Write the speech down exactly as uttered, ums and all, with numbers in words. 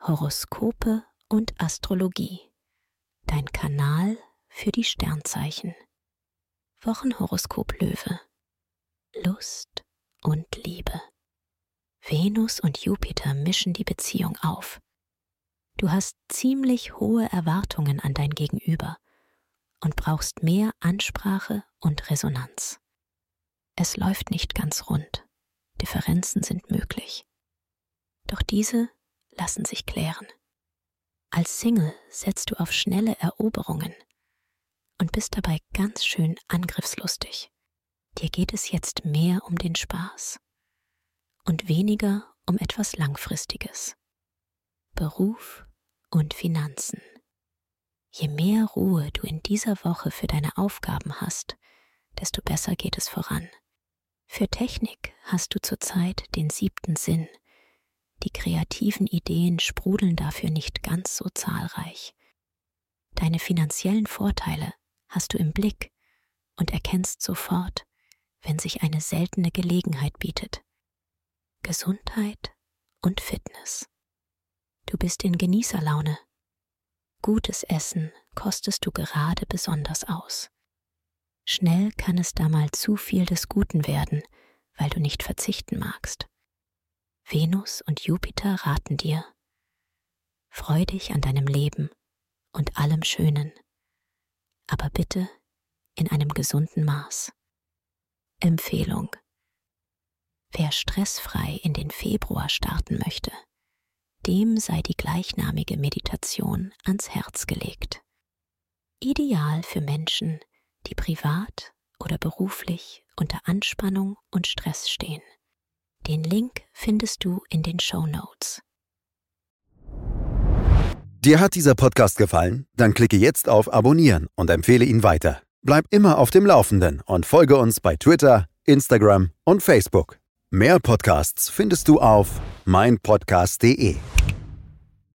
Horoskope und Astrologie. Dein Kanal für die Sternzeichen. Wochenhoroskop Löwe. Lust und Liebe. Venus und Jupiter mischen die Beziehung auf. Du hast ziemlich hohe Erwartungen an dein Gegenüber und brauchst mehr Ansprache und Resonanz. Es läuft nicht ganz rund. Differenzen sind möglich. Doch diese lassen sich klären. Als Single setzt du auf schnelle Eroberungen und bist dabei ganz schön angriffslustig. Dir geht es jetzt mehr um den Spaß und weniger um etwas Langfristiges. Beruf und Finanzen. Je mehr Ruhe du in dieser Woche für deine Aufgaben hast, desto besser geht es voran. Für Technik hast du zurzeit den siebten Sinn. Die kreativen Ideen sprudeln dafür nicht ganz so zahlreich. Deine finanziellen Vorteile hast du im Blick und erkennst sofort, wenn sich eine seltene Gelegenheit bietet. Gesundheit und Fitness. Du bist in Genießerlaune. Gutes Essen kostest du gerade besonders aus. Schnell kann es da mal zu viel des Guten werden, weil du nicht verzichten magst. Venus und Jupiter raten dir: Freu dich an deinem Leben und allem Schönen, aber bitte in einem gesunden Maß. Empfehlung: Wer stressfrei in den Februar starten möchte, dem sei die gleichnamige Meditation ans Herz gelegt. Ideal für Menschen, die privat oder beruflich unter Anspannung und Stress stehen. Den Link findest du in den Shownotes. Dir hat dieser Podcast gefallen? Dann klicke jetzt auf Abonnieren und empfehle ihn weiter. Bleib immer auf dem Laufenden und folge uns bei Twitter, Instagram und Facebook. Mehr Podcasts findest du auf mein podcast punkt de.